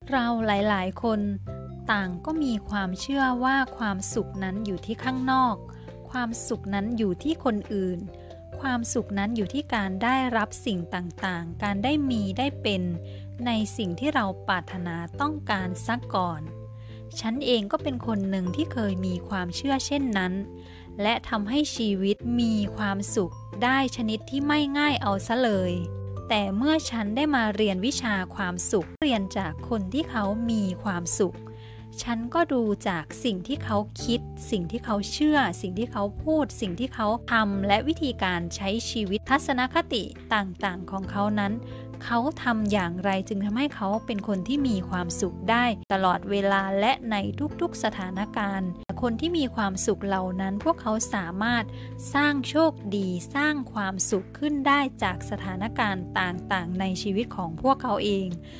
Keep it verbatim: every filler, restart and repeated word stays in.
เราหลายๆคนต่างก็มีความเชื่อว่าความสุขนั้นอยู่ที่ข้างนอกความสุขนั้นอยู่ที่คนอื่นความสุขนั้นอยู่ที่การได้รับสิ่งต่างๆการได้มีได้เป็นในสิ่งที่เราปรารถนาต้องการซะก่อนฉันเองก็เป็นคนหนึ่งที่เคยมีความเชื่อเช่นนั้นและทำให้ชีวิตมีความสุขได้ชนิดที่ไม่ง่ายเอาซะเลยแต่เมื่อฉันได้มาเรียนวิชาความสุขเรียนจากคนที่เขามีความสุขฉันก็ดูจากสิ่งที่เขาคิดสิ่งที่เขาเชื่อสิ่งที่เขาพูดสิ่งที่เขาทำและวิธีการใช้ชีวิตทัศนคติต่างๆของเขานั้นเขาทำอย่างไรจึงทำให้เขาเป็นคนที่มีความสุขได้ตลอดเวลาและในทุกๆสถานการณ์คนที่มีความสุขเหล่านั้นพวกเขาสามารถสร้างโชคดีสร้างความสุขขึ้นได้จากสถานการณ์ต่างๆในชีวิตของพวกเขาเอง